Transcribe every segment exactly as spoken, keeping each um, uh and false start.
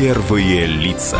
Первые лица.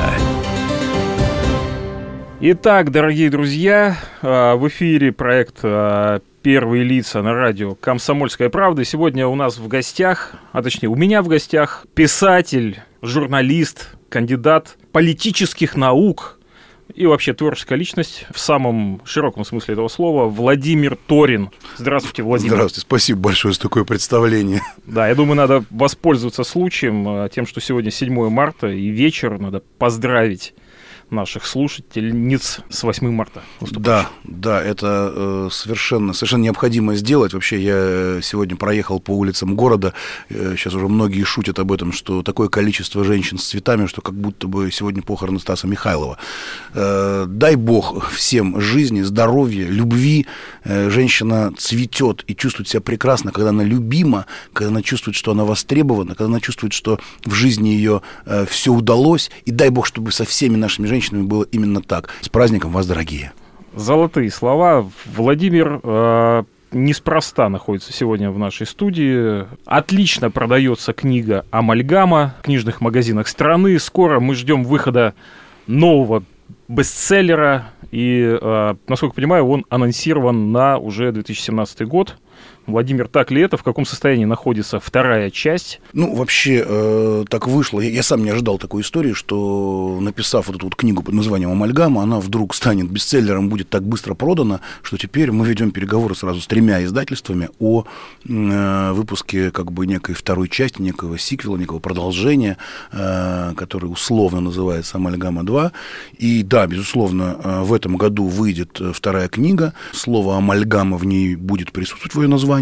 Итак, дорогие друзья, в эфире проект «Первые лица» на радио «Комсомольская правда». Сегодня у нас в гостях, а точнее у меня в гостях, писатель, журналист, кандидат политических наук и вообще творческая личность в самом широком смысле этого слова Владимир Торин. Здравствуйте, Владимир. Здравствуйте, спасибо большое за такое представление. Да, я думаю, надо воспользоваться случаем, тем, что сегодня седьмое марта, и вечер надо поздравить наших слушательниц с восьмым марта. Да, да, это э, совершенно, совершенно необходимо сделать. Вообще, я сегодня проехал по улицам города, э, сейчас уже многие шутят об этом, что такое количество женщин с цветами, что как будто бы сегодня похороны Стаса Михайлова. Э, дай бог всем жизни, здоровья, любви. Э, женщина цветет и чувствует себя прекрасно, когда она любима, когда она чувствует, что она востребована, когда она чувствует, что в жизни ее э, все удалось. И дай бог, чтобы со всеми нашими женщинами было именно так. С праздником вас, дорогие. Золотые слова. Владимир э, неспроста находится сегодня в нашей студии. Отлично продается книга «Амальгама» в книжных магазинах страны. Скоро мы ждем выхода нового бестселлера. И, э, насколько я понимаю, он анонсирован на уже две тысячи семнадцатый год. Владимир, так ли это? В каком состоянии находится вторая часть? Ну, вообще, э, так вышло. Я, я сам не ожидал такой истории, что, написав вот эту вот книгу под названием «Амальгама», она вдруг станет бестселлером, будет так быстро продана, что теперь мы ведем переговоры сразу с тремя издательствами о э, выпуске как бы некой второй части, некого сиквела, некого продолжения, э, который условно называется «Амальгама два». И да, безусловно, э, в этом году выйдет вторая книга. Слово «амальгама» в ней будет присутствовать в ее названии.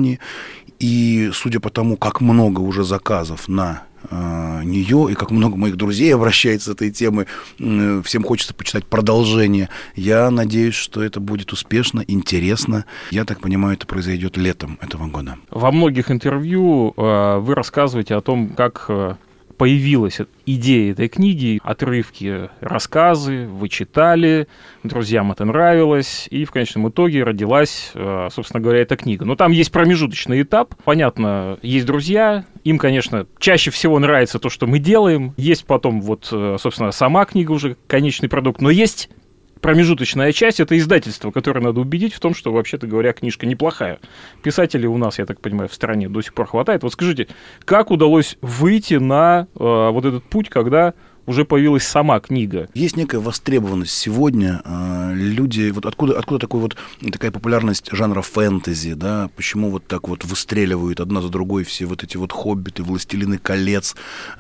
И судя по тому, как много уже заказов на э, нее, и как много моих друзей обращается с этой темой, э, всем хочется почитать продолжение. Я надеюсь, что это будет успешно, интересно. Я так понимаю, это произойдет летом этого года. Во многих интервью э, вы рассказываете о том, как э, появилась идея этой книги, отрывки, рассказы, вы читали, друзьям это нравилось, и в конечном итоге родилась, собственно говоря, эта книга. Но там есть промежуточный этап. Понятно, есть друзья, им, конечно, чаще всего нравится то, что мы делаем. Есть потом, вот, собственно, сама книга уже, конечный продукт, но есть промежуточная часть — это издательство, которое надо убедить в том, что, вообще-то говоря, книжка неплохая. Писателей у нас, я так понимаю, в стране до сих пор хватает. Вот скажите, как удалось выйти на э, вот этот путь, когда уже появилась сама книга? Есть некая востребованность сегодня. Люди, вот откуда, откуда такой вот, такая популярность жанра фэнтези, да? Почему вот так вот выстреливают одна за другой все вот эти вот «Хоббиты», «Властелины колец»?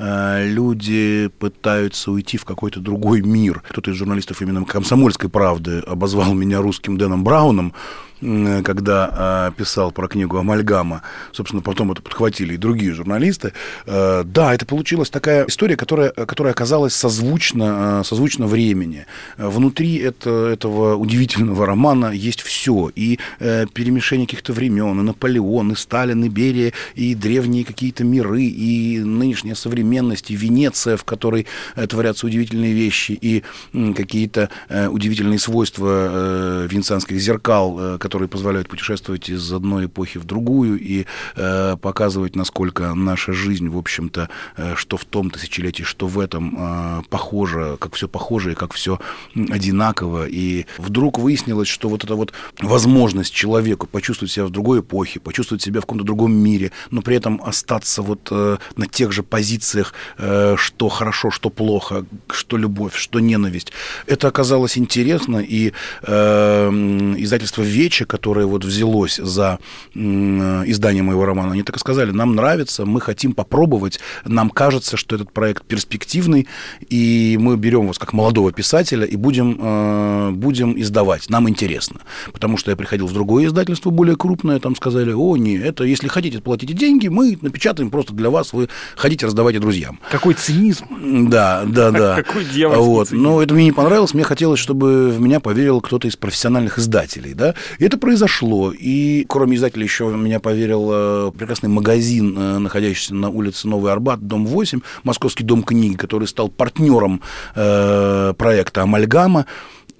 Люди пытаются уйти в какой-то другой мир. Кто-то из журналистов именно «Комсомольской правды» обозвал меня русским Дэном Брауном, когда э, писал про книгу «Амальгама». Собственно, потом это подхватили и другие журналисты. Э, да, это получилась такая история, которая, которая оказалась созвучна, э, созвучна времени. Внутри это, этого удивительного романа есть все. И э, перемешение каких-то времен, и Наполеон, и Сталин, и Берия, и древние какие-то миры, и нынешняя современность, и Венеция, в которой э, творятся удивительные вещи, и э, какие-то э, удивительные свойства э, венецианских зеркал, э, которые позволяют путешествовать из одной эпохи в другую и э, показывать, насколько наша жизнь, в общем-то, э, что в том тысячелетии, что в этом, э, похоже, как все похоже и как все одинаково. И вдруг выяснилось, что вот эта вот возможность человеку почувствовать себя в другой эпохе, почувствовать себя в каком-то другом мире, но при этом остаться вот э, на тех же позициях, э, что хорошо, что плохо, что любовь, что ненависть. Это оказалось интересно, и э, издательство «Вече», которое вот взялось за э, издание моего романа, они так и сказали: нам нравится, мы хотим попробовать, нам кажется, что этот проект перспективный, и мы берем вас как молодого писателя и будем, э, будем издавать, нам интересно. Потому что я приходил в другое издательство, более крупное, там сказали: о, не, это если хотите, платите деньги, мы напечатаем просто для вас, вы хотите, раздавайте друзьям. Какой цинизм. Да, да, да. Какой дьявольский вот. цинизм. Но это мне не понравилось, мне хотелось, чтобы в меня поверил кто-то из профессиональных издателей, да. И это произошло. И кроме издателя еще в меня поверил э, прекрасный магазин, э, находящийся на улице Новый Арбат, дом восемь, Московский дом книги, который стал партнером э, проекта «Амальгама».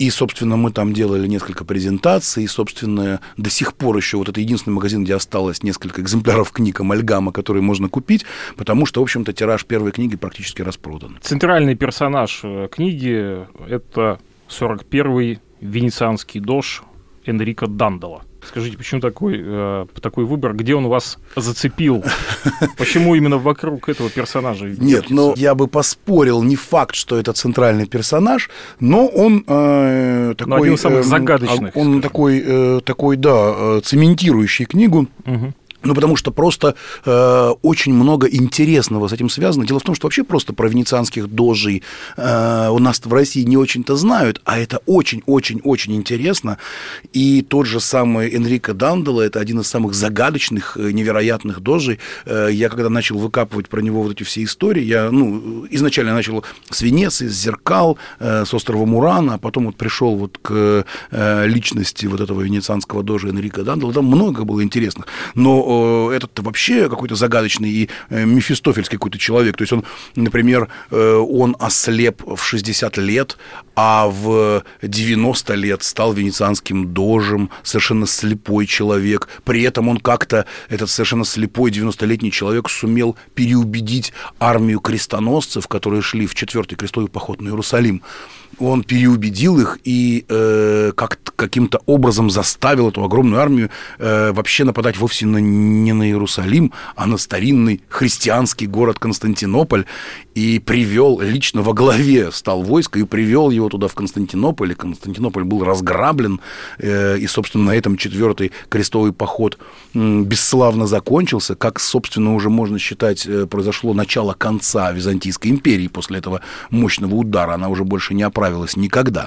И, собственно, мы там делали несколько презентаций, и, собственно, до сих пор еще вот это единственный магазин, где осталось несколько экземпляров книг «Амальгама», которые можно купить, потому что, в общем-то, тираж первой книги практически распродан. Центральный персонаж книги — это сорок первый венецианский дож Энрико Дандало. Скажите, почему такой, э, такой выбор? Где он вас зацепил? Почему именно вокруг этого персонажа? Нет, ну, я бы поспорил, не факт, что это центральный персонаж, но он э, такой... Но один из самых э, загадочных. Он такой, э, такой, да, цементирующий книгу. Угу. Ну, потому что просто э, очень много интересного с этим связано. Дело в том, что вообще просто про венецианских дожей э, у нас в России не очень-то знают, а это очень-очень-очень интересно. И тот же самый Энрико Дандало — это один из самых загадочных, невероятных дожей. Э, я когда начал выкапывать про него вот эти все истории, я, ну, изначально начал с Венеции, с зеркал, э, с острова Мурана, а потом вот пришел вот к э, личности вот этого венецианского дожа Энрико Дандало. Там много было интересных. Но этот вообще какой-то загадочный и мефистофельский какой-то человек. То есть он, например, он ослеп в шестьдесят лет, а в девяносто лет стал венецианским дожем, совершенно слепой человек. При этом он как-то, этот совершенно слепой девяностолетний человек, сумел переубедить армию крестоносцев, которые шли в четвертый крестовый поход на Иерусалим. Он переубедил их и э, как каким-то образом заставил эту огромную армию э, вообще нападать вовсе на, не на Иерусалим, а на старинный христианский город Константинополь, и привел, лично во главе стал войско и привел его туда, в Константинополь, и Константинополь был разграблен, э, и, собственно, на этом четвертый крестовый поход э, бесславно закончился, как, собственно, уже можно считать, э, произошло начало конца Византийской империи после этого мощного удара, она уже больше не оправилась никогда.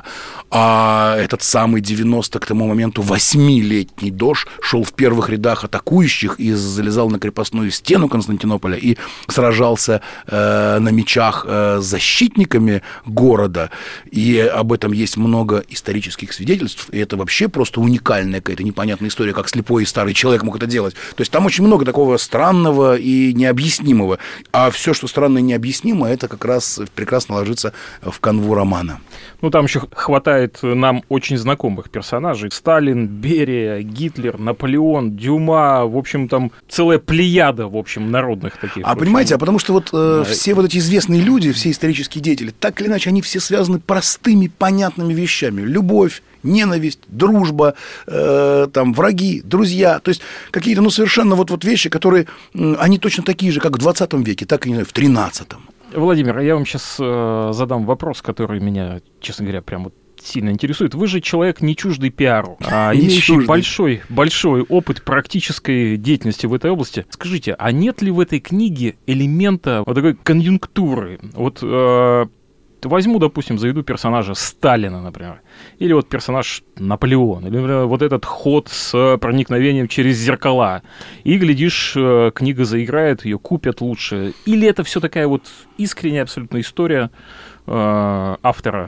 А этот самый девяносто к тому моменту восьмилетний дож шел в первых рядах атакующих и залезал на крепостную стену Константинополя и сражался э, на мечах э, с защитниками города. И об этом есть много исторических свидетельств. И это вообще просто уникальная какая-то непонятная история, как слепой и старый человек мог это делать. То есть там очень много такого странного и необъяснимого. А все, что странно и необъяснимо, это как раз прекрасно ложится в канву романа. Ну, там еще хватает нам очень знакомых персонажей. Сталин, Берия, Гитлер, Наполеон, Дюма. В общем, там целая плеяда, в общем, народных таких. А понимаете, а потому что вот э, да. все вот эти известные люди, все исторические деятели, так или иначе, они все связаны простыми, понятными вещами. Любовь, ненависть, дружба, э, там, враги, друзья. То есть какие-то, ну, совершенно вот, вот вещи, которые, э, они точно такие же, как в двадцатом веке, так и в тринадцатом. Владимир, я вам сейчас э, задам вопрос, который меня, честно говоря, прям вот сильно интересует. Вы же человек не чуждый пиару, а имеющий большой, большой опыт практической деятельности в этой области. Скажите, а нет ли в этой книге элемента вот такой конъюнктуры? Вот э, возьму, допустим, заведу персонажа Сталина, например, или вот персонаж Наполеон, или, например, вот этот ход с проникновением через зеркала, и, глядишь, книга заиграет, ее купят лучше. Или это все такая вот искренняя абсолютно история э, автора?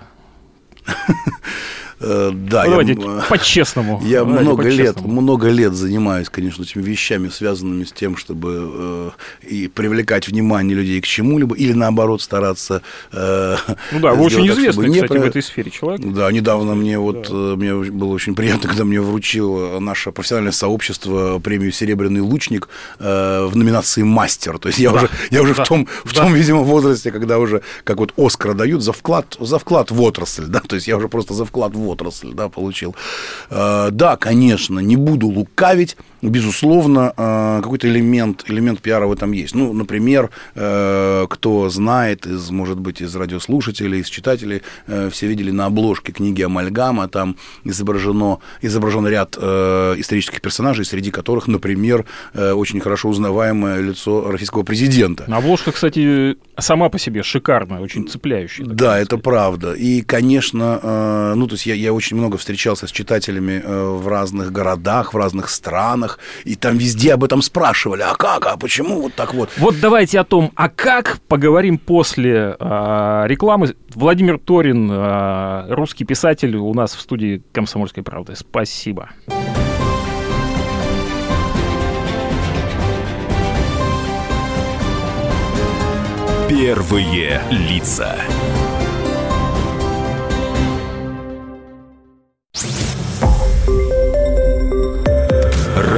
Да, ну, давайте я, по-честному. Я давайте много по-честному. лет, много лет занимаюсь, конечно, этими вещами, связанными с тем, чтобы э, и привлекать внимание людей к чему-либо, или наоборот стараться. Э, ну да, вы очень известный, кстати, не... в этой сфере человек. Да, недавно мне вот да. мне было очень приятно, когда мне вручило наше профессиональное сообщество премию «Серебряный лучник» э, в номинации «Мастер». То есть я да. уже, я уже да. в том, в да. том, видимо, возрасте, когда уже как вот Оскара дают за вклад, за вклад в отрасль, да, то есть я уже просто за вклад в отрасль, да, получил. Э, да, конечно, не буду лукавить, безусловно, э, какой-то элемент, элемент пиара в этом есть. Ну, например, э, кто знает, из, может быть, из радиослушателей, из читателей, э, все видели на обложке книги «Амальгама», там изображено, изображен ряд э, исторических персонажей, среди которых, например, э, очень хорошо узнаваемое лицо российского президента. Обложка, кстати, сама по себе шикарная, очень цепляющая. Да, это правда. И, конечно, э, ну, то есть я, я очень много встречался с читателями э, в разных городах, в разных странах, и там везде об этом спрашивали, а как, а почему вот так вот. Вот давайте о том, а как, поговорим после э, рекламы. Владимир Торин, э, русский писатель, у нас в студии «Комсомольской правды». Спасибо. Первые лица.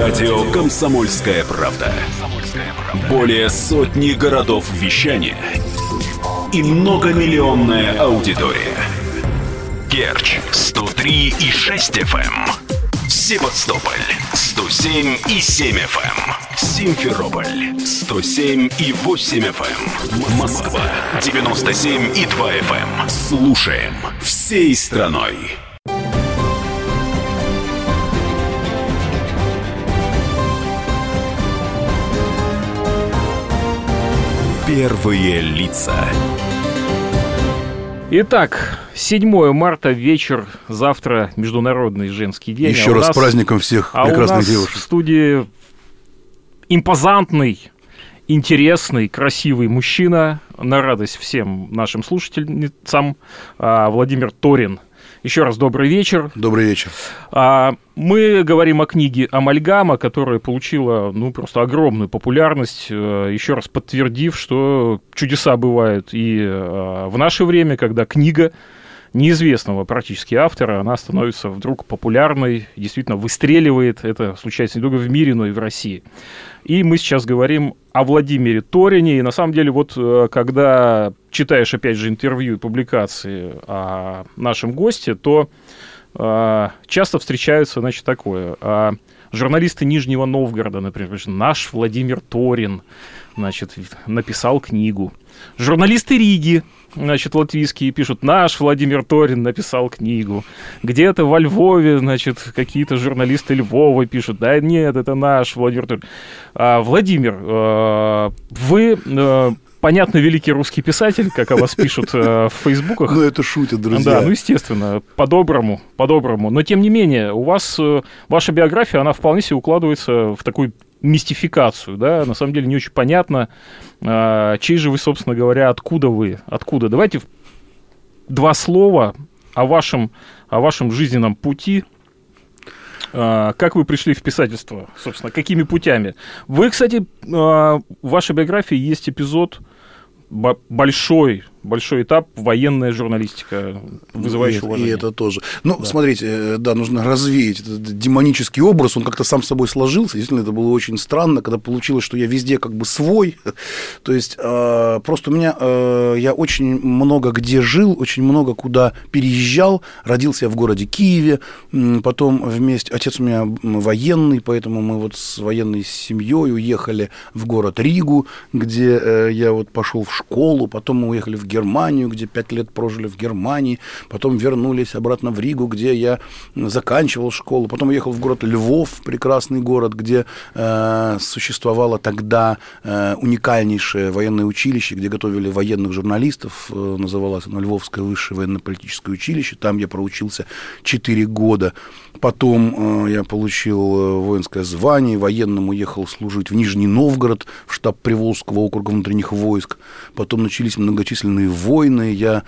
Радио «Комсомольская правда». Более сотни городов вещания и многомиллионная аудитория. Керчь сто три и шесть эф эм, Севастополь сто семь и семь эф эм, Симферополь сто семь и восемь эф эм, Москва девяносто семь и два эф эм. Слушаем всей страной. Первые лица. Итак, седьмое марта, вечер, завтра Международный женский день. Еще а раз нас, с праздником всех а прекрасных у нас девушек. В студии импозантный, интересный, красивый мужчина, на радость всем нашим слушательницам, Владимир Торин. Еще раз добрый вечер. Добрый вечер. Мы говорим о книге «Амальгама», которая получила, ну, просто огромную популярность, еще раз подтвердив, что чудеса бывают и в наше время, когда книга неизвестного практически автора, она становится вдруг популярной, действительно выстреливает. Это случается не только в мире, но и в России. И мы сейчас говорим о Владимире Торине. И на самом деле, вот когда читаешь, опять же, интервью и публикации о нашем госте, то э, часто встречаются, значит, такое. Э, журналисты Нижнего Новгорода, например, наш Владимир Торин, значит, написал книгу. Журналисты Риги, значит, латвийские пишут, наш Владимир Торин написал книгу. Где-то во Львове, значит, какие-то журналисты Львова пишут, да нет, это наш Владимир Торин. А, Владимир, э, вы, э, понятно, великий русский писатель, как о вас пишут э, в фейсбуках. Ну, это шутят, друзья. Да, ну, естественно, по-доброму, по-доброму. Но, тем не менее, у вас, э, ваша биография, она вполне себе укладывается в такую мистификацию, да, на самом деле не очень понятно, э, чей же вы, собственно говоря, откуда вы, откуда. Давайте два слова о вашем, о вашем жизненном пути, э, как вы пришли в писательство, собственно, какими путями. Вы, кстати, э, в вашей биографии есть эпизод, большой, большой этап, военная журналистика, вызывающая уважение. И это тоже. Ну, да. Смотрите, да, нужно развеять этот демонический образ, он как-то сам собой сложился. Действительно, это было очень странно, когда получилось, что я везде как бы свой. То есть, э, просто у меня, э, я очень много где жил, очень много куда переезжал. Родился я в городе Киеве, потом вместе, отец у меня военный, поэтому мы вот с военной семьей уехали в город Ригу, где э, я вот пошел в школу, потом мы уехали в Германию, где пять лет прожили в Германии, потом вернулись обратно в Ригу, где я заканчивал школу, потом уехал в город Львов, прекрасный город, где э, существовало тогда э, уникальнейшее военное училище, где готовили военных журналистов, э, называлось оно Львовское высшее военно-политическое училище, там я проучился четыре года, потом э, я получил воинское звание, военным уехал служить в Нижний Новгород, в штаб Приволжского округа внутренних войск. Потом начались многочисленные войны. Я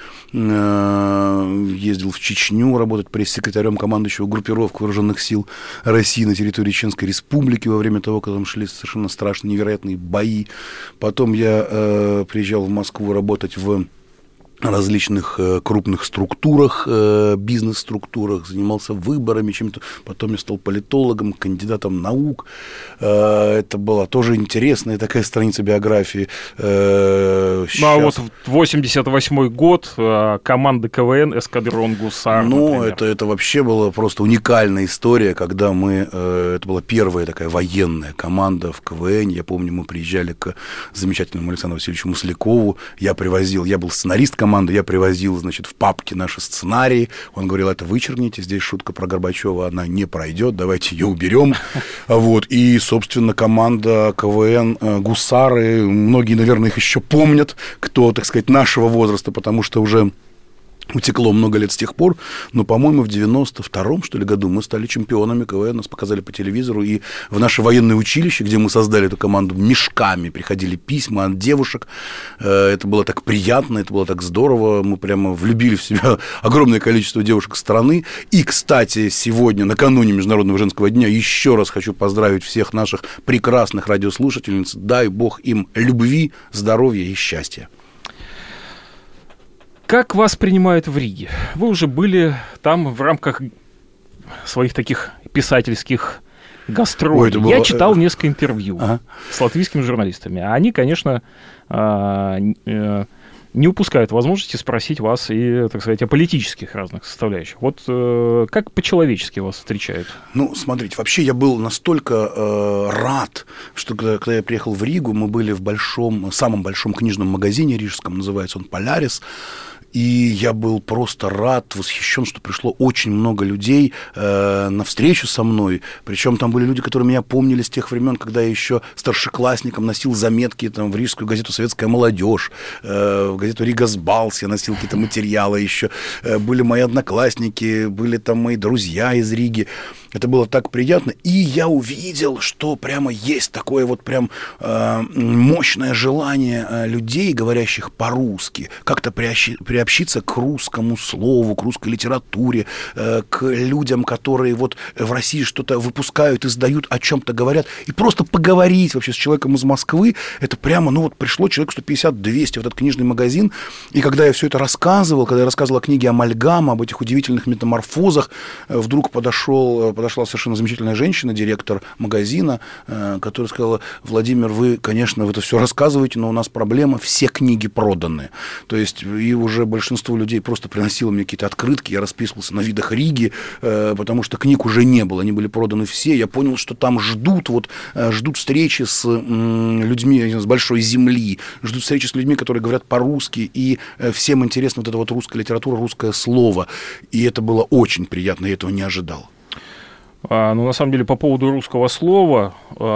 э, ездил в Чечню работать пресс-секретарем командующего группировки вооруженных сил России на территории Чеченской Республики во время того, когда там шли совершенно страшные, невероятные бои. Потом я э, приезжал в Москву работать в различных э, крупных структурах, э, бизнес-структурах, занимался выборами чем-то. Потом я стал политологом, кандидатом наук. Э, это была тоже интересная такая страница биографии. Э, ну, а вот восемьдесят восьмой год, э, команда КВН «Эскадрон Гусар», Ну, например. это, это вообще была просто уникальная история, когда мы... Э, это была первая такая военная команда в КВН. Я помню, мы приезжали к замечательному Александру Васильевичу Маслякову. Я привозил... Я был сценарист команды. Я привозил, значит, в папке наши сценарии. Он говорил, это вычеркните, здесь шутка про Горбачева, она не пройдет, давайте ее уберем. Вот. И, собственно, команда КВН «Гусары», многие, наверное, их еще помнят, кто, так сказать, нашего возраста, потому что уже утекло много лет с тех пор, но, по-моему, в девяносто втором, что ли, году мы стали чемпионами КВН, нас показали по телевизору, и в наше военное училище, где мы создали эту команду, мешками приходили письма от девушек. Это было так приятно, это было так здорово, мы прямо влюбили в себя огромное количество девушек страны. И, кстати, сегодня, накануне Международного женского дня, еще раз хочу поздравить всех наших прекрасных радиослушательниц. Дай Бог им любви, здоровья и счастья. Как вас принимают в Риге? Вы уже были там в рамках своих таких писательских гастроли. Ой, было... Я читал несколько интервью ага. с латвийскими журналистами. Они, конечно, не упускают возможности спросить вас и, так сказать, о политических разных составляющих. Вот э, как по-человечески вас встречают? Ну, смотрите, вообще я был настолько э, рад, что когда, когда я приехал в Ригу, мы были в большом, самом большом книжном магазине рижском, называется он «Полярис». И я был просто рад, восхищен, что пришло очень много людей э, на встречу со мной. Причем там были люди, которые меня помнили с тех времен, когда я еще старшеклассником носил заметки там, в рижскую газету «Советская молодежь», э, в газету «Ригасбалс» я носил какие-то материалы еще. Э, были мои одноклассники, были там мои друзья из Риги. Это было так приятно. И я увидел, что прямо есть такое вот прям э, мощное желание э, людей, говорящих по-русски, как-то приобщи, приобщиться к русскому слову, к русской литературе, э, к людям, которые вот в России что-то выпускают, издают, о чем-то говорят. И просто поговорить вообще с человеком из Москвы. Это прямо, ну вот пришло человек сто пятьдесят - двести в этот книжный магазин. И когда я все это рассказывал, когда я рассказывал о книге «Амальгама», об этих удивительных метаморфозах, э, вдруг подошел... подошла совершенно замечательная женщина, директор магазина, которая сказала: Владимир, вы, конечно, вы это все рассказываете, но у нас проблема, все книги проданы. То есть, и уже большинство людей просто приносило мне какие-то открытки, я расписывался на видах Риги, потому что книг уже не было, они были проданы все. Я понял, что там ждут, вот, ждут встречи с людьми с большой земли, ждут встречи с людьми, которые говорят по-русски, и всем интересна вот эта вот русская литература, русское слово. И это было очень приятно, я этого не ожидал. А, ну, на самом деле, по поводу русского слова,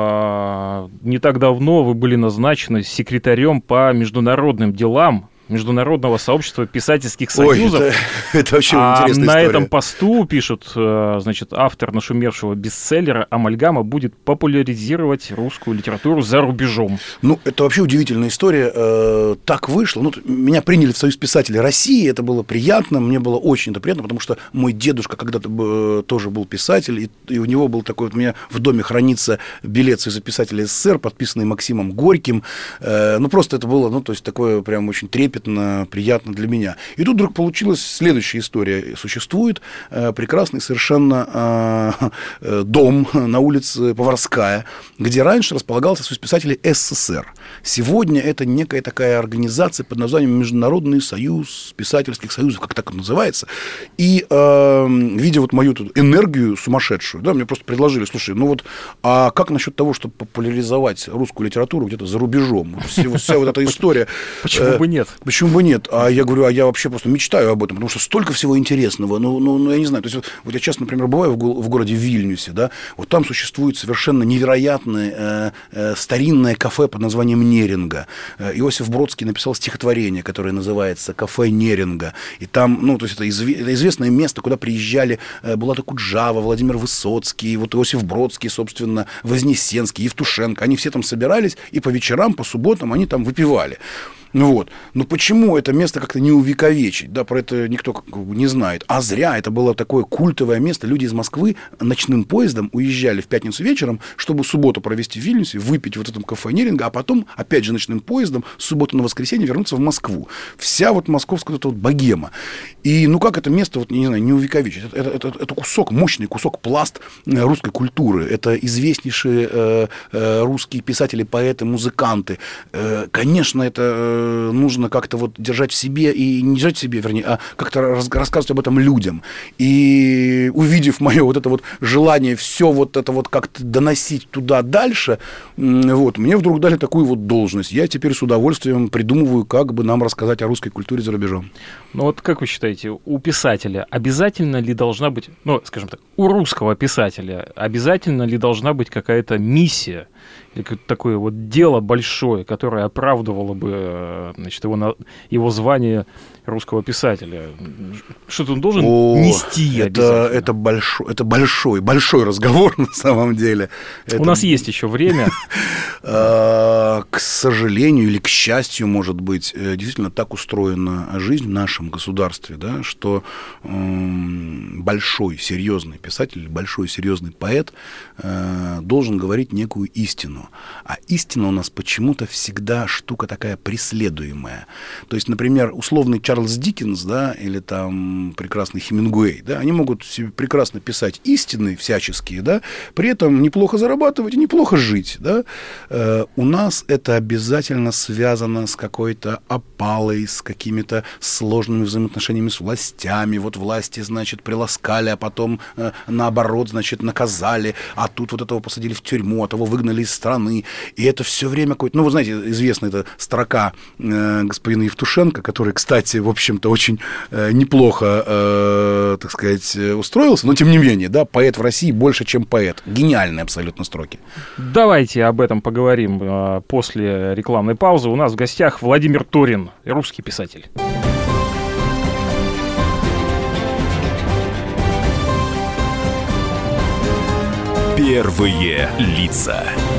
а, не так давно вы были назначены секретарем по международным делам Международного сообщества писательских союзов. Ой, это, это вообще а интересная на история. этом посту пишут, значит, автор нашумевшего бестселлера «Амальгама» будет популяризировать русскую литературу за рубежом. Ну, это вообще удивительная история. Так вышло. Ну, меня приняли в Союз писателей России, это было приятно, мне было очень это приятно, потому что мой дедушка когда-то тоже был писатель, и, и у него был такой, вот у меня в доме хранится билет Союза писателей СССР, подписанный Максимом Горьким. Ну, просто это было, ну, то есть такое прям очень трепетное, приятно для меня. И тут вдруг получилась следующая история. Существует э, прекрасный совершенно э, дом на улице Поварская, где раньше располагался Союз писателей СССР. Сегодня это некая такая организация под названием Международный союз писательских союзов, как так он называется. И э, видя вот мою тут энергию сумасшедшую, да, мне просто предложили: слушай, ну вот, а как насчет того, чтобы популяризовать русскую литературу где-то за рубежом? Вся, вся вот эта история. Почему бы нет? Почему бы нет? А я говорю, а я вообще просто мечтаю об этом, потому что столько всего интересного. Ну, ну, ну я не знаю. То есть, вот, вот я часто, например, бываю в, го- в городе Вильнюсе, да, вот там существует совершенно невероятное э, э, старинное кафе под названием Неринга. Э, Иосиф Бродский написал стихотворение, которое называется «Кафе Неринга». И там, ну, то есть, это, изв... это известное место, куда приезжали э, Булата Куджава, Владимир Высоцкий, вот Иосиф Бродский, собственно, Вознесенский, Евтушенко. Они все там собирались, и по вечерам, по субботам они там выпивали. Ну вот. Но почему это место как-то не увековечить? Да, про это никто не знает. А зря. Это было такое культовое место. Люди из Москвы ночным поездом уезжали в пятницу вечером, чтобы субботу провести в Вильнюсе, выпить вот в этом кафе Неринга, а потом, опять же, ночным поездом с субботы на воскресенье вернуться в Москву. Вся вот московская вот, вот богема. И ну как это место, вот, не знаю, не увековечить? Это, это, это, это кусок, мощный кусок, пласт русской культуры. Это известнейшие э, э, русские писатели, поэты, музыканты. Э, конечно, это нужно как-то вот держать в себе, и не держать в себе, вернее, а как-то рас- рассказывать об этом людям. И увидев мое вот это вот желание все вот это вот как-то доносить туда дальше, вот, мне вдруг дали такую вот должность. Я теперь с удовольствием придумываю, как бы нам рассказать о русской культуре за рубежом. Ну вот как вы считаете, у писателя обязательно ли должна быть, ну, скажем так, у русского писателя обязательно ли должна быть какая-то миссия, или какое-то такое вот дело большое, которое оправдывало бы, значит, его, его звание русского писателя? Что-то он должен О, нести это, это, большой, это большой, большой разговор на самом деле. У это... нас есть еще время. К сожалению или к счастью, может быть, действительно так устроена жизнь в нашем государстве, да, что большой, серьезный писатель, большой, серьезный поэт должен говорить некую истину. А истина у нас почему-то всегда штука такая преследуемая. преследуемое. То есть, например, условный Чарльз Диккенс, да, или там прекрасный Хемингуэй, да, они могут себе прекрасно писать истины всяческие, да, при этом неплохо зарабатывать и неплохо жить, да. Э, у нас это обязательно связано с какой-то опалой, с какими-то сложными взаимоотношениями с властями. Вот власти, значит, приласкали, а потом э, наоборот, значит, наказали, а тут вот этого посадили в тюрьму, а того выгнали из страны. И это все время какой-то... Ну, вы знаете, известна эта строка э, господина Евтушенко, который, кстати, в общем-то, очень э, неплохо, э, так сказать, устроился, но тем не менее, да, поэт в России больше, чем поэт. Гениальные абсолютно строки. Давайте об этом поговорим э, после рекламной паузы. У нас в гостях Владимир Торин, русский писатель. Первые лица.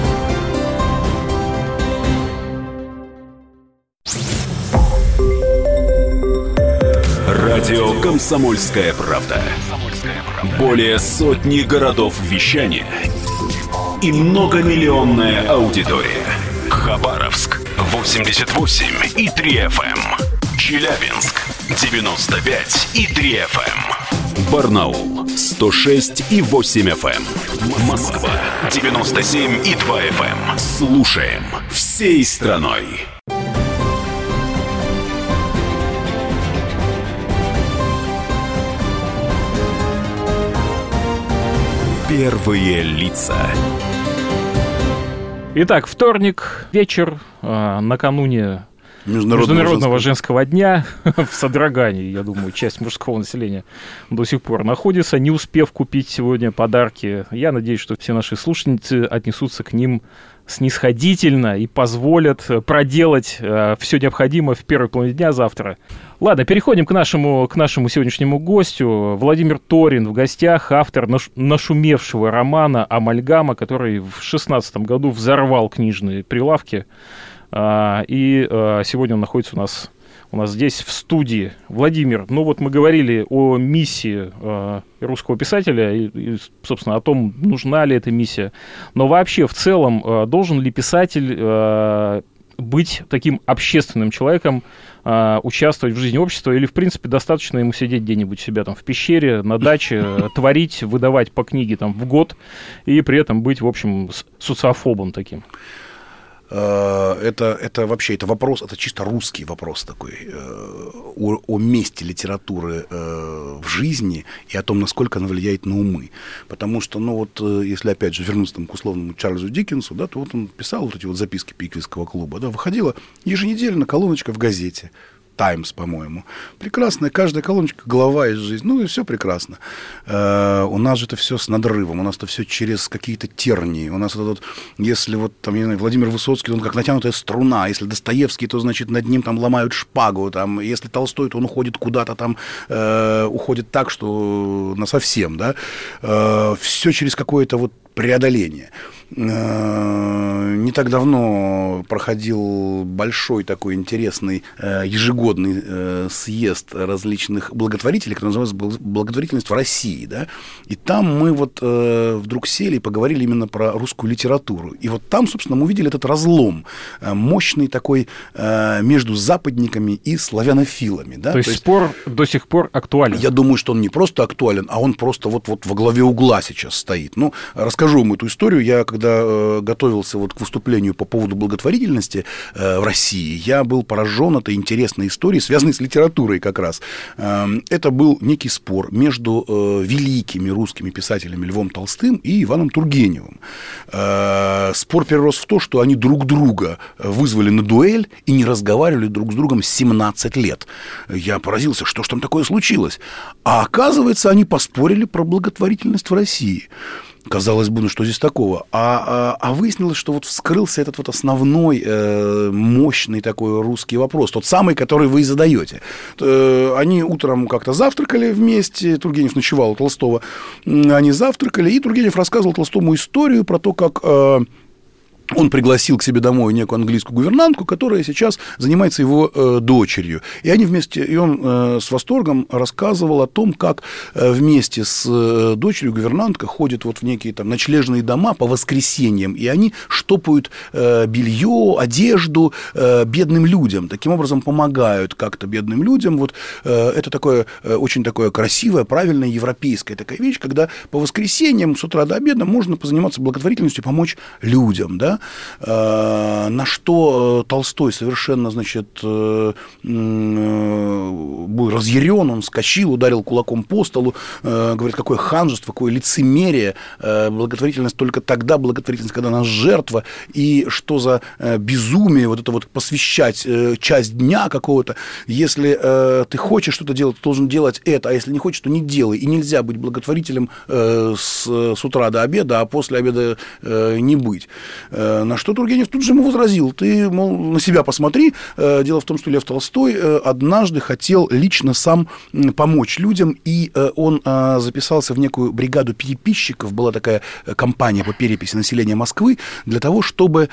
Радио «Комсомольская правда». Более сотни городов вещания и многомиллионная аудитория. Хабаровск восемьдесят восемь и три эф эм. Челябинск девяносто пять и три эф эм. Барнаул сто шесть и восемь эф эм. Москва девяносто семь и два эф эм. Слушаем всей страной. Первые лица. Итак, вторник, вечер, э, накануне Международного, Международного женского, женского дня в содрогании, я думаю, часть мужского населения до сих пор находится, не успев купить сегодня подарки. Я надеюсь, что все наши слушательницы отнесутся к ним снисходительно и позволят проделать э, все необходимое в первой половине дня завтра. Ладно, переходим к нашему, к нашему сегодняшнему гостю. Владимир Торин в гостях, автор наш, нашумевшего романа «Амальгама», который в шестнадцатом году взорвал книжные прилавки. А, и а, сегодня он находится у нас, у нас здесь, в студии. Владимир, ну вот мы говорили о миссии а, русского писателя и, и, собственно, о том, нужна ли эта миссия. Но вообще, в целом, а, должен ли писатель а, быть таким общественным человеком, а, участвовать в жизни общества, или, в принципе, достаточно ему сидеть где-нибудь у себя там в пещере, на даче, творить, выдавать по книге там в год, и при этом быть, в общем, социофобом таким? Это, это вообще, это вопрос, это чисто русский вопрос такой о, о месте литературы в жизни и о том, насколько она влияет на умы. Потому что, ну вот, если опять же вернуться там, к условному Чарльзу Диккенсу, да, то вот он писал вот эти вот записки Пиквикского клуба, да, выходила еженедельно колоночка в газете. «Таймс», по-моему. Прекрасная, каждая колоночка, глава из жизни. Ну, и все прекрасно. Э, у нас же это все с надрывом, у нас это все через какие-то тернии. У нас это вот, если вот, там, я не знаю, Владимир Высоцкий, он как натянутая струна. Если Достоевский, то, значит, над ним там ломают шпагу. Там, если Толстой, то он уходит куда-то там, э, уходит так, что насовсем, да. Э, все через какое-то вот преодоление. Не так давно проходил большой такой интересный ежегодный съезд различных благотворителей, который называется «Благотворительность в России». Да? И там мы вот вдруг сели и поговорили именно про русскую литературу. И вот там, собственно, мы увидели этот разлом, мощный такой между западниками и славянофилами. Да? То есть, То есть спор до сих пор актуален? Я думаю, что он не просто актуален, а он просто вот, вот во главе угла сейчас стоит. Ну, расскажу вам эту историю. Я, когда э, готовился вот к выступлению по поводу благотворительности э, в России, я был поражен этой интересной историей, связанной с литературой как раз. Э, это был некий спор между э, великими русскими писателями Львом Толстым и Иваном Тургеневым. Э, спор перерос в то, что они друг друга вызвали на дуэль и не разговаривали друг с другом семнадцать лет. Я поразился, что ж там такое случилось. А оказывается, они поспорили про благотворительность в России. Казалось бы, ну что здесь такого? А, а, а выяснилось, что вот вскрылся этот вот основной э, мощный такой русский вопрос, тот самый, который вы и задаете. Э, они утром как-то завтракали вместе, Тургенев ночевал у Толстого, они завтракали, и Тургенев рассказывал Толстому историю про то, как... Э, он пригласил к себе домой некую английскую гувернантку, которая сейчас занимается его э, дочерью. И они вместе, и он э, с восторгом рассказывал о том, как э, вместе с э, дочерью гувернантка ходит вот в некие там ночлежные дома по воскресеньям, и они штопают э, белье, одежду э, бедным людям. Таким образом помогают как-то бедным людям. Вот э, это такое, э, очень такое красивое, правильное, европейская такая вещь, когда по воскресеньям с утра до обеда можно позаниматься благотворительностью, помочь людям, да. На что Толстой совершенно, значит, был разъярен, он вскочил, ударил кулаком по столу, говорит, какое ханжество, какое лицемерие, благотворительность только тогда, благотворительность, когда она жертва, и что за безумие вот это вот посвящать часть дня какого-то, если ты хочешь что-то делать, ты должен делать это, а если не хочешь, то не делай, и нельзя быть благотворителем с, с утра до обеда, а после обеда не быть. На что Тургенев тут же ему возразил: ты, мол, на себя посмотри. Дело в том, что Лев Толстой однажды хотел лично сам помочь людям, и он записался в некую бригаду переписчиков, была такая кампания по переписи населения Москвы, для того, чтобы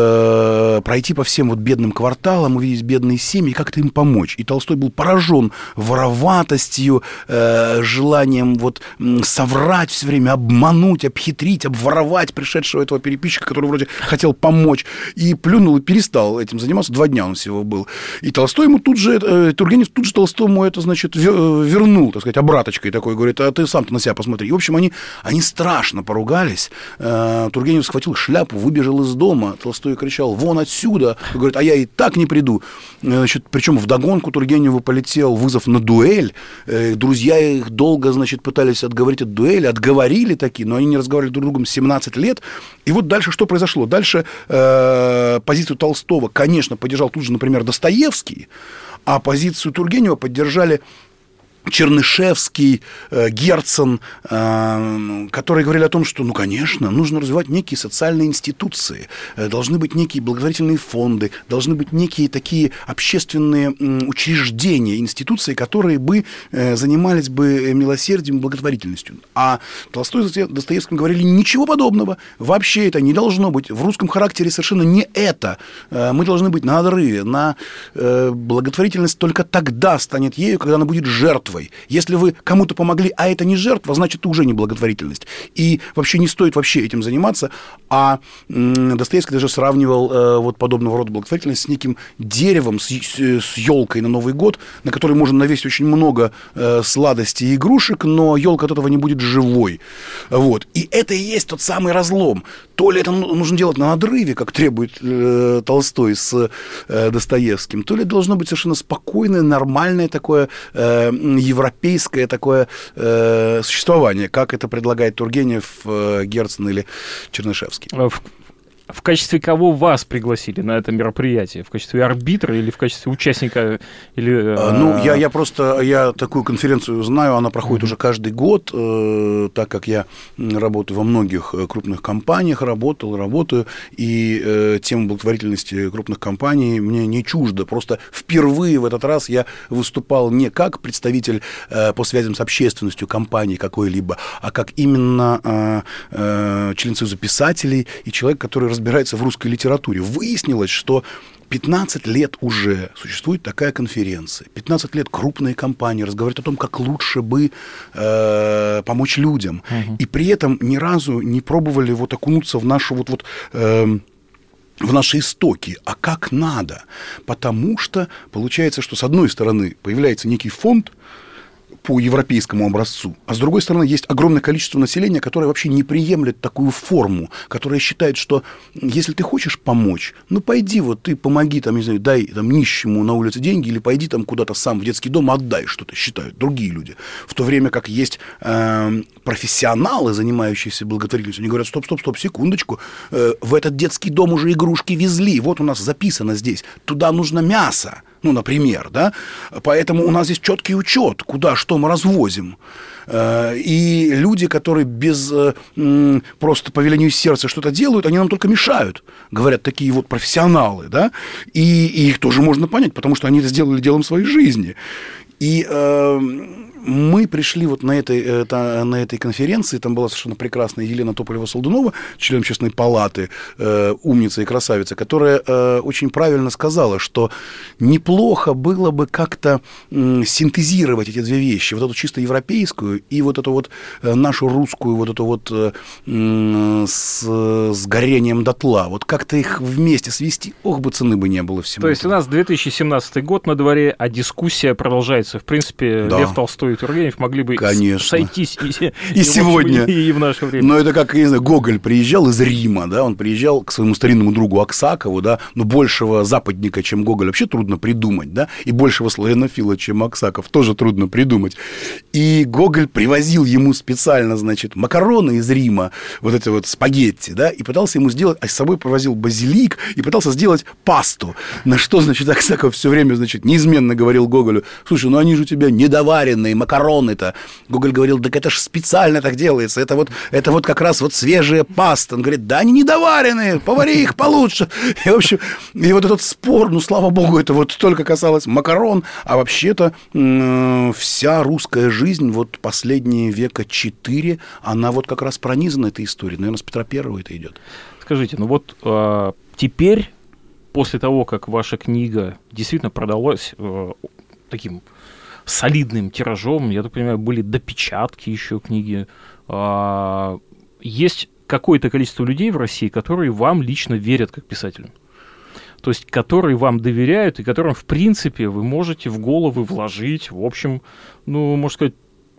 пройти по всем вот бедным кварталам, увидеть бедные семьи, как-то им помочь. И Толстой был поражен вороватостью, желанием вот соврать все время, обмануть, обхитрить, обворовать пришедшего этого переписчика, который вроде хотел помочь, и плюнул и перестал этим заниматься. Два дня он всего был. И Толстой ему тут же, э, Тургенев тут же Толстому это, значит, вернул, так сказать, обраточкой такой, говорит, а ты сам-то на себя посмотри. И, в общем, они, они страшно поругались. Э, Тургенев схватил шляпу, выбежал из дома. Толстой кричал: вон отсюда. И говорит, а я и так не приду. Значит, причем вдогонку Тургеневу полетел вызов на дуэль. Э, друзья их долго, значит, пытались отговорить от дуэли, отговорили такие, но они не разговаривали друг с другом семнадцать лет. И вот дальше что произошло? Дальше э, позицию Толстого, конечно, поддержал тут же, например, Достоевский, а позицию Тургенева поддержали Чернышевский, э, Герцен, э, которые говорили о том, что, ну, конечно, нужно развивать некие социальные институции, э, должны быть некие благотворительные фонды, должны быть некие такие общественные э, учреждения, институции, которые бы э, занимались бы милосердием, благотворительностью. А Толстой и Достоевский говорили: ничего подобного, вообще это не должно быть. В русском характере совершенно не это. Э, мы должны быть на надрыве, на э, благотворительность только тогда станет ею, когда она будет жертвой. Если вы кому-то помогли, а это не жертва, значит, это уже не благотворительность. И вообще не стоит вообще этим заниматься. А м, Достоевский даже сравнивал э, вот подобного рода благотворительность с неким деревом, с, с, с елкой на Новый год, на которой можно навесить очень много э, сладостей и игрушек, но елка от этого не будет живой. Вот. И это и есть тот самый разлом. То ли это нужно делать на надрыве, как требует э, Толстой с э, Достоевским, то ли это должно быть совершенно спокойное, нормальное такое э, европейское такое э, существование, как это предлагает Тургенев, э, Герцен или Чернышевский. В, в качестве кого вас пригласили на это мероприятие? В качестве арбитра или в качестве участника? Или, а, ну, я, я просто, я такую конференцию знаю, она проходит mm-hmm. уже каждый год, э, так как я работаю во многих крупных компаниях, работал, работаю, и э, тема благотворительности крупных компаний мне не чужда. Просто впервые в этот раз я выступал не как представитель э, по связям с общественностью компании какой-либо, а как именно э, э, член Союза писателей и человек, который разбирается в русской литературе. Выяснилось, что пятнадцать лет уже существует такая конференция. пятнадцать лет крупные компании разговаривают о том, как лучше бы э, помочь людям. Uh-huh. И при этом ни разу не пробовали вот окунуться в нашу вот... вот э, в наши истоки, а как надо. Потому что получается, что с одной стороны появляется некий фонд по европейскому образцу, а с другой стороны есть огромное количество населения, которое вообще не приемлет такую форму, которое считает, что если ты хочешь помочь, ну пойди вот ты помоги, там, не знаю, дай там нищему на улице деньги, или пойди там куда-то сам в детский дом, отдай что-то, считают другие люди. В то время как есть э, профессионалы, занимающиеся благотворительностью, они говорят: стоп, стоп, стоп, секундочку, э, в этот детский дом уже игрушки везли, вот у нас записано здесь, туда нужно мясо. Ну, например, да, поэтому у нас здесь четкий учет, куда что мы развозим. И люди, которые без просто по велению сердца что-то делают, они нам только мешают, говорят такие вот профессионалы, да, и, и их тоже можно понять, потому что они это сделали делом своей жизни. И э, мы пришли вот на этой, это, на этой конференции, там была совершенно прекрасная Елена Тополева-Солдунова, член Общественной палаты, э, умница и красавица, которая э, очень правильно сказала, что неплохо было бы как-то э, синтезировать эти две вещи, вот эту чисто европейскую и вот эту вот э, нашу русскую, вот эту вот э, э, с, с горением дотла, вот как-то их вместе свести, ох бы цены бы не было всему. То есть у нас две тысячи семнадцатый год на дворе, а дискуссия продолжается. В принципе, да. Лев Толстой и Тургенев могли бы Конечно. сойтись и, и, и сегодня, и в наше время. Но это как, я не знаю, Гоголь приезжал из Рима, да, он приезжал к своему старинному другу Аксакову, да, но большего западника, чем Гоголь, вообще трудно придумать, да, и большего славянофила, чем Аксаков, тоже трудно придумать. И Гоголь привозил ему специально, значит, макароны из Рима, вот эти вот спагетти, да, и пытался ему сделать, а с собой привозил базилик и пытался сделать пасту. На что, значит, Аксаков все время, значит, неизменно говорил Гоголю: слушай, ну они же у тебя недоваренные макароны-то. Гоголь говорил: так это ж специально так делается, это вот, это вот как раз вот свежая паста. Он говорит: да они недоваренные, повари их получше. И, в общем, и вот этот спор, ну, слава богу, это вот только касалось макарон, а вообще-то м- вся русская жизнь, вот последние века четыре, она вот как раз пронизана этой историей. Наверное, с Петра Первого это идет. Скажите, ну вот э, теперь, после того, как ваша книга действительно продалась э, таким солидным тиражом, я так понимаю, были допечатки еще книги, э, есть какое-то количество людей в России, которые вам лично верят как писателю. То есть, которые вам доверяют и которым, в принципе, вы можете в головы вложить, в общем, ну, можно сказать,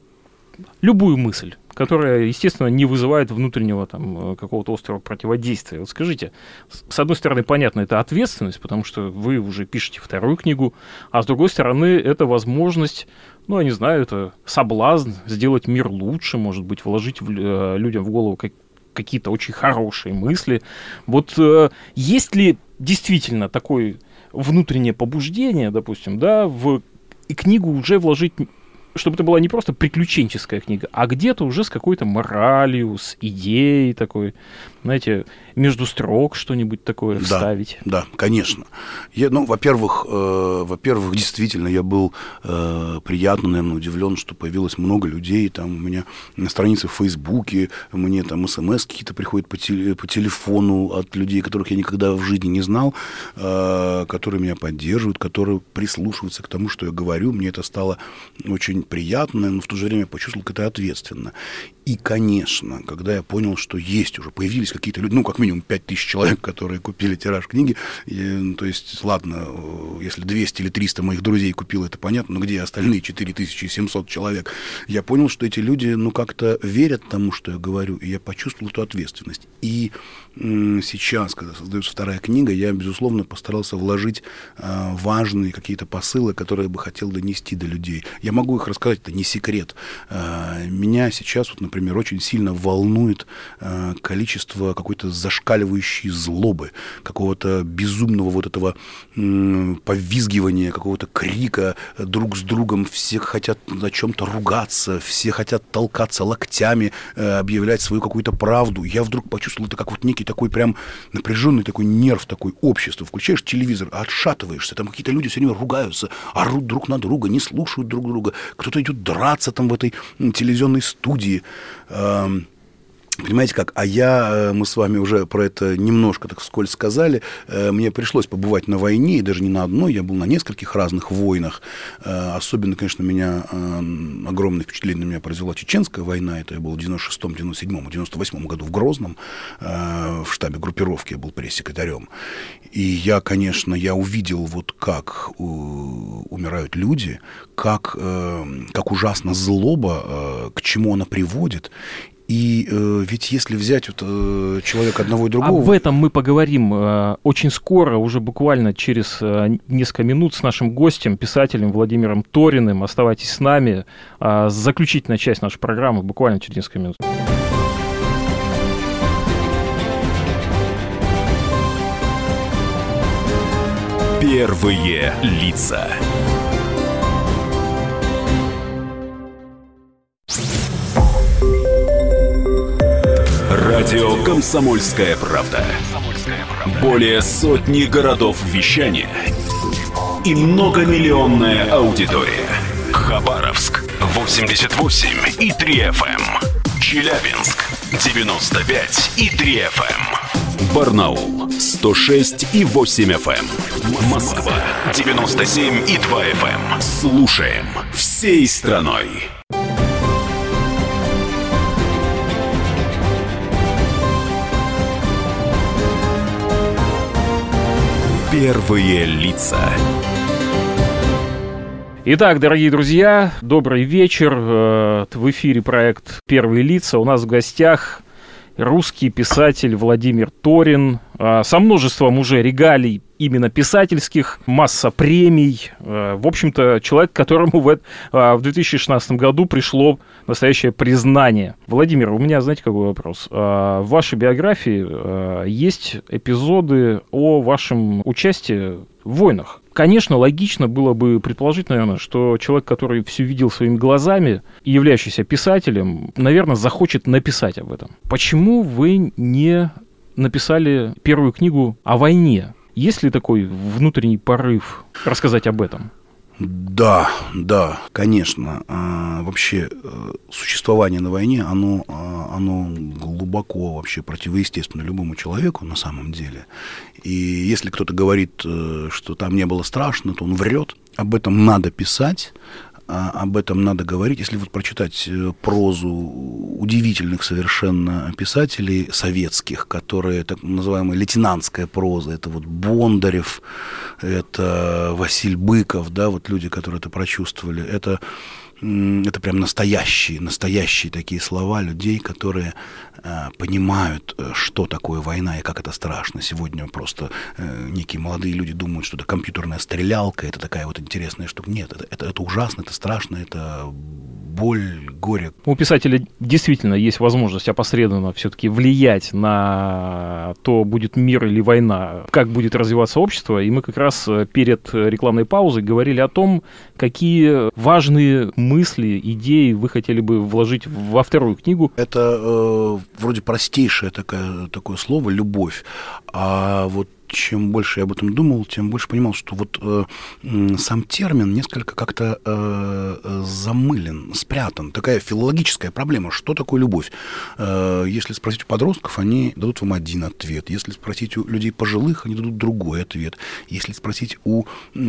любую мысль, которая, естественно, не вызывает внутреннего там какого-то острого противодействия. Вот скажите, с одной стороны, понятно, это ответственность, потому что вы уже пишете вторую книгу, а с другой стороны, это возможность, ну, я не знаю, это соблазн сделать мир лучше, может быть, вложить в, э, людям в голову как, какие-то очень хорошие мысли. Вот э, есть ли действительно такое внутреннее побуждение, допустим, да, в книгу уже вложить, чтобы это была не просто приключенческая книга, а где-то уже с какой-то моралью, с идеей такой, знаете, между строк что-нибудь такое вставить? Да, да, конечно. Я, ну, во-первых, э, во-первых, действительно, я был э, приятно, наверное, удивлен, что появилось много людей. Там у меня на странице в Фейсбуке, мне там смс какие-то приходят по, теле, по телефону от людей, которых я никогда в жизни не знал, э, которые меня поддерживают, которые прислушиваются к тому, что я говорю. Мне это стало очень приятно, но в то же время почувствовал, как это ответственно. И, конечно, когда я понял, что есть уже, появились какие-то люди, ну, как минимум пять тысяч человек, которые купили тираж книги, и, ну, то есть, ладно, если двести или триста моих друзей купило, это понятно, но где остальные четыре тысячи семьсот человек? Я понял, что эти люди, ну, как-то верят тому, что я говорю, и я почувствовал эту ответственность. И м- сейчас, когда создается вторая книга, я, безусловно, постарался вложить э, важные какие-то посылы, которые я бы хотел донести до людей. Я могу их рассказать, это не секрет. Э, меня сейчас, вот, например, Например, очень сильно волнует э, количество какой-то зашкаливающей злобы, какого-то безумного вот этого э, повизгивания, какого-то крика друг с другом. Все хотят о чем-то ругаться, все хотят толкаться локтями, э, объявлять свою какую-то правду. Я вдруг почувствовал это как вот некий такой прям напряженный такой нерв, такой общество. Включаешь телевизор, отшатываешься, там какие-то люди все время ругаются, орут друг на друга, не слушают друг друга. Кто-то идет драться там в этой телевизионной студии. Понимаете как? А я, мы с вами уже про это немножко так вскользь сказали, мне пришлось побывать на войне, и даже не на одной, я был на нескольких разных войнах. Особенно, конечно, меня огромное впечатление на меня произвела Чеченская война. Это я был в девяносто шестом, девяносто седьмом, девяносто восьмом году в Грозном, в штабе группировки, я был пресс-секретарем. И я, конечно, я увидел, вот как умирают люди, как, как ужасно злоба, к чему она приводит. И э, ведь если взять вот, э, человека одного и другого... Об этом мы поговорим э, очень скоро, уже буквально через э, несколько минут с нашим гостем, писателем Владимиром Ториным. Оставайтесь с нами. Э, заключительная часть нашей программы буквально через несколько минут. Первые лица. Радио «Комсомольская правда». Более сотни городов вещания и многомиллионная аудитория. Хабаровск восемьдесят восемь и три эф эм. Челябинск девяносто пять и три эф эм. Барнаул сто шесть и восемь эф эм. Москва девяносто семь и два эф эм. Слушаем всей страной. Первые лица. Итак, дорогие друзья, добрый вечер. В эфире проект «Первые лица». У нас в гостях русский писатель Владимир Торин со множеством уже регалий именно писательских, масса премий. В общем-то, человек, которому в, в две тысячи шестнадцатом году пришло настоящее признание. Владимир, у меня, знаете, какой вопрос? В вашей биографии есть эпизоды о вашем участии в войнах. Конечно, логично было бы предположить, наверное, что человек, который все видел своими глазами и являющийся писателем, наверное, захочет написать об этом. Почему вы не написали первую книгу о войне? Есть ли такой внутренний порыв рассказать об этом? Да, да, конечно. А, вообще существование на войне, оно, оно глубоко вообще противоестественно любому человеку на самом деле. И если кто-то говорит, что там не было страшно, то он врет. Об этом надо писать. Об этом надо говорить. Если вот прочитать прозу удивительных совершенно писателей советских, которые, так называемая лейтенантская проза, это вот Бондарев, это Василь Быков, да, вот люди, которые это прочувствовали, это, это прям настоящие, настоящие такие слова людей, которые э, понимают, что такое война и как это страшно. Сегодня просто э, некие молодые люди думают, что это компьютерная стрелялка, это такая вот интересная штука. Нет, это, это, это ужасно, это страшно, это боль, горе. У писателя действительно есть возможность опосредованно все-таки влиять на то, будет мир или война, как будет развиваться общество. И мы как раз перед рекламной паузой говорили о том, какие важные мысли, идеи вы хотели бы вложить во вторую книгу. Это э, вроде простейшее такое, такое слово «любовь», а вот чем больше я об этом думал, тем больше понимал, что вот э, сам термин несколько как-то э, замылен, спрятан. Такая филологическая проблема. Что такое любовь? Э, если спросить у подростков, они дадут вам один ответ. Если спросить у людей пожилых, они дадут другой ответ. Если спросить у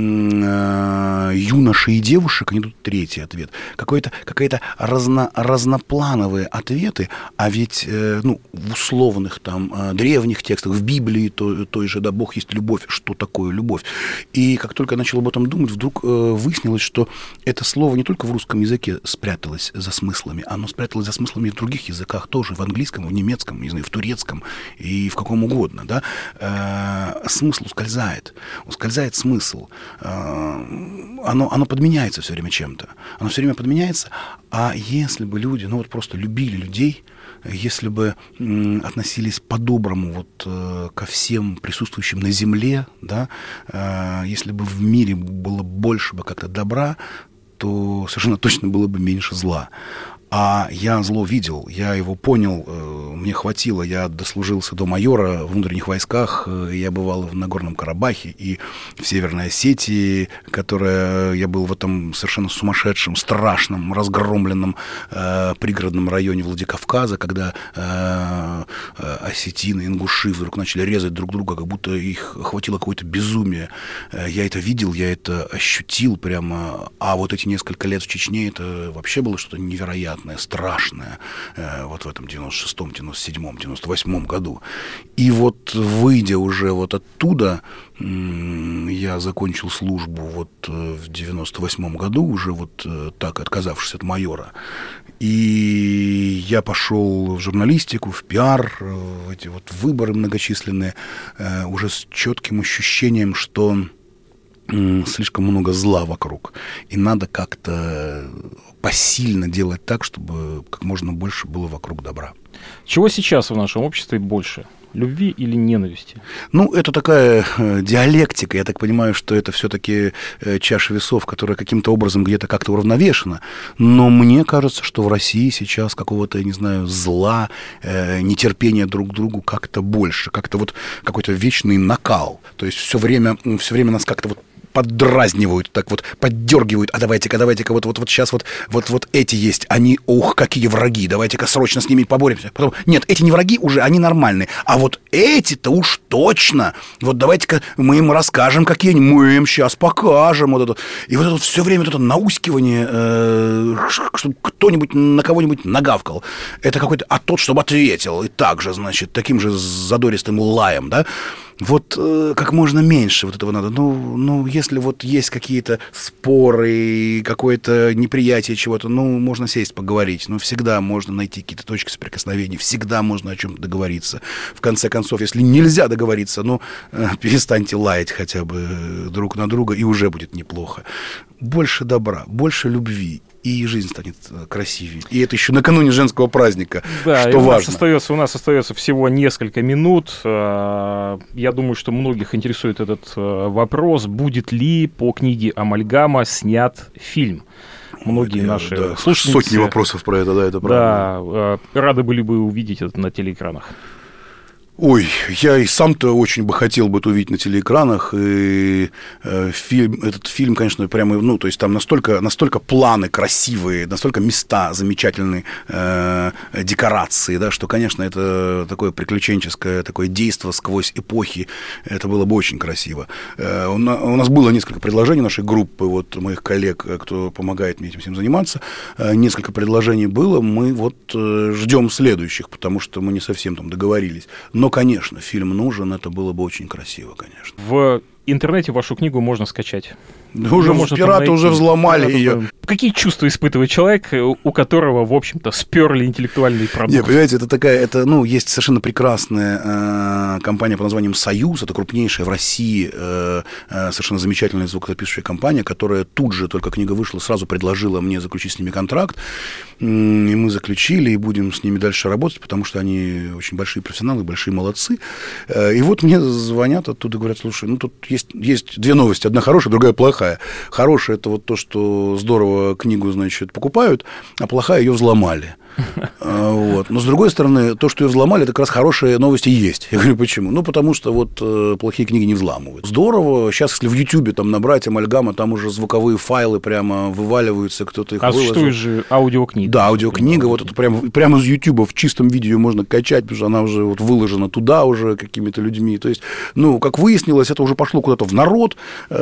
э, юношей и девушек, они дадут третий ответ. Какой-то, какие-то разно, разноплановые ответы, а ведь э, ну, в условных там э, древних текстах, в Библии то, той же, да, Бог есть любовь, что такое любовь. И как только я начал об этом думать, вдруг э, выяснилось, что это слово не только в русском языке спряталось за смыслами, оно спряталось за смыслами и в других языках тоже, в английском, в немецком, не знаю, в турецком и в каком угодно. Да? Э, смысл ускользает. Ускользает смысл. Э, оно, оно подменяется все время чем-то. Оно все время подменяется. А если бы люди, ну вот просто любили людей, если бы м, относились по-доброму вот, э, ко всем присутствующим на земле, да, э, если бы в мире было больше бы как-то добра, то совершенно точно было бы меньше зла. А я зло видел, я его понял, мне хватило, я дослужился до майора в внутренних войсках, я бывал в Нагорном Карабахе и в Северной Осетии, которая, я был в этом совершенно сумасшедшем, страшном, разгромленном э, пригородном районе Владикавказа, когда э, осетины, ингуши вдруг начали резать друг друга, как будто их охватило какое-то безумие. Я это видел, я это ощутил прямо, а вот эти несколько лет в Чечне, это вообще было что-то невероятное, страшное, э, вот в этом девяносто шестом, девяносто седьмом, девяносто восьмом году. И вот, выйдя уже вот оттуда, э, я закончил службу вот э, в девяносто восьмом году, уже вот э, так, отказавшись от майора. И я пошел в журналистику, в пиар, э, в эти вот выборы многочисленные, э, уже с четким ощущением, что слишком много зла вокруг, и надо как-то посильно делать так, чтобы как можно больше было вокруг добра. Чего сейчас в нашем обществе больше? Любви или ненависти? Ну, это такая э, диалектика. Я так понимаю, что это все-таки э, чаша весов, которая каким-то образом где-то как-то уравновешена. Но мне кажется, что в России сейчас какого-то, я не знаю, зла, э, нетерпения друг к другу как-то больше. Как-то вот какой-то вечный накал. То есть все время, все время нас как-то вот поддразнивают, так вот поддергивают, а давайте-ка, давайте-ка, вот, вот, вот сейчас вот, вот, вот эти есть, они, ух, какие враги, давайте-ка срочно с ними поборемся. Потом, нет, эти не враги уже, они нормальные, а вот эти-то уж точно, вот давайте-ка мы им расскажем, какие они, мы им сейчас покажем, вот это. И вот это вот все время вот это наускивание, э, чтобы кто-нибудь на кого-нибудь нагавкал, это какой-то, а тот, чтобы ответил, и так же, значит, таким же задористым лаем, да. Вот э, как можно меньше вот этого надо. Ну, ну, если вот есть какие-то споры, какое-то неприятие чего-то, ну, можно сесть, поговорить. Ну, всегда можно найти какие-то точки соприкосновения, всегда можно о чем-то договориться. В конце концов, если нельзя договориться, ну, э, перестаньте лаять хотя бы друг на друга, и уже будет неплохо. Больше добра, больше любви. И жизнь станет красивее. И это еще накануне женского праздника, да, что и у важно. Нас остается, у нас остается всего несколько минут. Я думаю, что многих интересует этот вопрос. Будет ли по книге «Амальгама» снят фильм? Многие Я, наши да, слушательницы... Сотни вопросов про это, да, это правда. Да, рады были бы увидеть это на телеэкранах. Ой, я и сам-то очень бы хотел бы это увидеть на телеэкранах. И э, фильм, этот фильм, конечно, прямо, ну, то есть там настолько, настолько планы красивые, настолько места замечательные, э, декорации, да, что, конечно, это такое приключенческое такое действо сквозь эпохи. Это было бы очень красиво. Э, у, на, у нас было несколько предложений нашей группы, вот моих коллег, кто помогает мне этим всем заниматься. Э, несколько предложений было. Мы вот э, ждем следующих, потому что мы не совсем там договорились. Но, конечно, фильм нужен, это было бы очень красиво, конечно. В интернете вашу книгу можно скачать. Да уже можно пираты уже взломали пираты ее. Уже... Какие чувства испытывает человек, у которого, в общем-то, сперли интеллектуальный продукт? Нет, понимаете, это такая, это, ну, есть совершенно прекрасная э, компания под названием «Союз», это крупнейшая в России э, э, совершенно замечательная звукозаписывающая компания, которая тут же, только книга вышла, сразу предложила мне заключить с ними контракт, и мы заключили, и будем с ними дальше работать, потому что они очень большие профессионалы, большие молодцы. И вот мне звонят оттуда, говорят: слушай, ну, тут есть, есть две новости, одна хорошая, другая плохая. Хорошая — это вот то, что здорово книгу, значит, покупают, а плохая — ее взломали. Вот. Но, с другой стороны, то, что ее взломали, это как раз хорошие новости есть. Я говорю, почему? Ну, потому что вот э, плохие книги не взламывают. Здорово. Сейчас, если в Ютьюбе там набрать «Амальгама», там уже звуковые файлы прямо вываливаются, кто-то их а выложил. А существует же аудиокнига. Да, аудиокнига. Вот это прямо, прямо из Ютьюба в чистом виде ее можно качать, потому что она уже вот выложена туда уже какими-то людьми. То есть, ну, как выяснилось, это уже пошло куда-то в народ.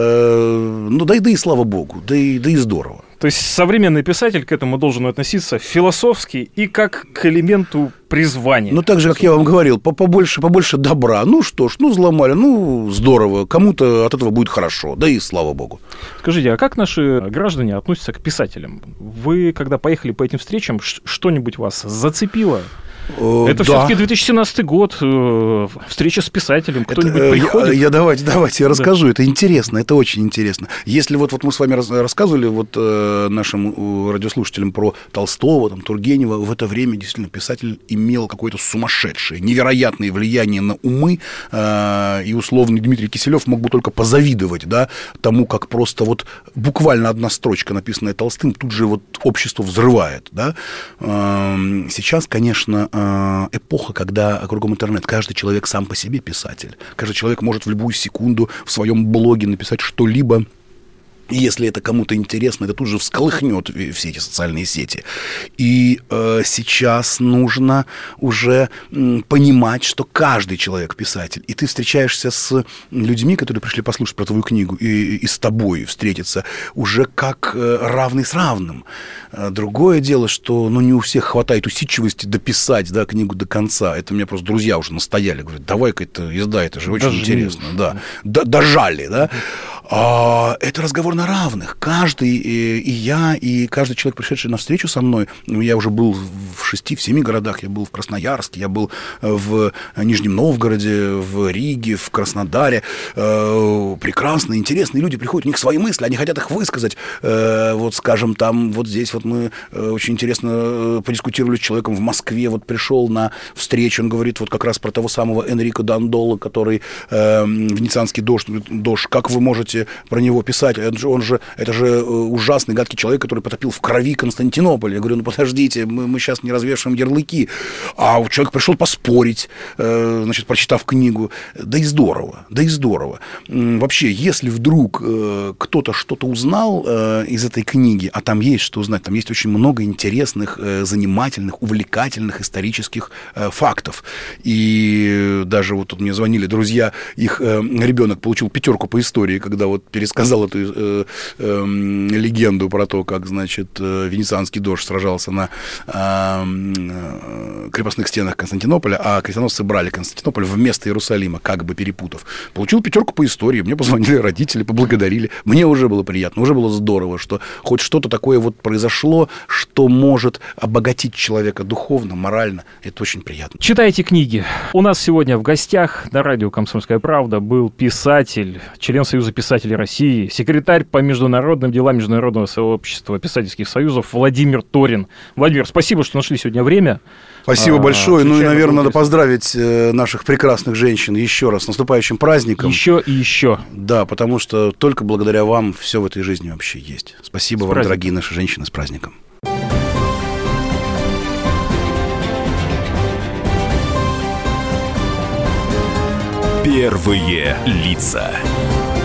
Э, ну, да и, да и слава богу, да и, да и здорово. То есть современный писатель к этому должен относиться философски и как к элементу призвания. Ну, так же, как я вам говорил, побольше, побольше добра. Ну что ж, ну, взломали, ну, здорово. Кому-то от этого будет хорошо, да и слава богу. Скажите, а как наши граждане относятся к писателям? Вы, когда поехали по этим встречам, что-нибудь вас зацепило? Это да. Все-таки две тысячи семнадцатый год, э, встреча с писателем, кто-нибудь это, приходит? Я, я, давайте, давайте, я расскажу, да. Это интересно, это очень интересно. Если вот, вот мы с вами раз, рассказывали вот, э, нашим радиослушателям про Толстого, там, Тургенева, в это время действительно писатель имел какое-то сумасшедшее, невероятное влияние на умы, э, и условный Дмитрий Киселев мог бы только позавидовать, да, тому, как просто вот буквально одна строчка, написанная Толстым, тут же вот общество взрывает, да. Э, сейчас, конечно, эпоха, когда кругом интернет, каждый человек сам по себе писатель. Каждый человек может в любую секунду в своем блоге написать что-либо. И если это кому-то интересно, это тут же всколыхнет все эти социальные сети. И э, сейчас нужно уже м, понимать, что каждый человек писатель. И ты встречаешься с людьми, которые пришли послушать про твою книгу, и, и с тобой встретиться уже как э, равный с равным. Другое дело, что ну, не у всех хватает усидчивости дописать, да, книгу до конца. Это у меня просто друзья уже настояли. Говорят, давай-ка это издай, это же очень Дожили. интересно. Да. Дожали, да. А, это разговор на равных. Каждый, и, и я, и каждый человек, пришедший на встречу со мной, я уже был в шести, в семи городах, я был в Красноярске, я был в Нижнем Новгороде, в Риге, в Краснодаре. Прекрасные, интересные люди приходят, у них свои мысли, они хотят их высказать. Вот, скажем, там, вот здесь вот мы очень интересно подискутировали с человеком в Москве, вот пришел на встречу, он говорит вот как раз про того самого Энрико Дандоло, который «Венецианский дождь», дождь, как вы можете будете про него писать, он же, он же, это же ужасный, гадкий человек, который потопил в крови Константинополь. Я говорю, ну подождите, мы, мы сейчас не развешиваем ярлыки. А человек пришел поспорить, значит, прочитав книгу. Да и здорово, да и здорово. Вообще, если вдруг кто-то что-то узнал из этой книги, а там есть что узнать, там есть очень много интересных, занимательных, увлекательных исторических фактов. И даже вот тут мне звонили друзья, их ребенок получил пятерку по истории, когда вот пересказал эту э, э, легенду про то, как, значит, венецианский дождь сражался на э, крепостных стенах Константинополя, а крестоносцы брали Константинополь вместо Иерусалима, как бы перепутав. Получил пятерку по истории, мне позвонили родители, поблагодарили. Мне уже было приятно, уже было здорово, что хоть что-то такое вот произошло, что может обогатить человека духовно, морально. Это очень приятно. Читайте книги. У нас сегодня в гостях на радио «Комсомольская правда» был писатель, член Союза писателей России, секретарь по международным делам Международного сообщества писательских союзов Владимир Торин. Владимир, спасибо, что нашли сегодня время. Спасибо большое. Ну и, наверное, надо поздравить наших прекрасных женщин еще раз с наступающим праздником. Еще и еще. Да, потому что только благодаря вам все в этой жизни вообще есть. Спасибо вам, дорогие наши женщины, с праздником. Первые лица.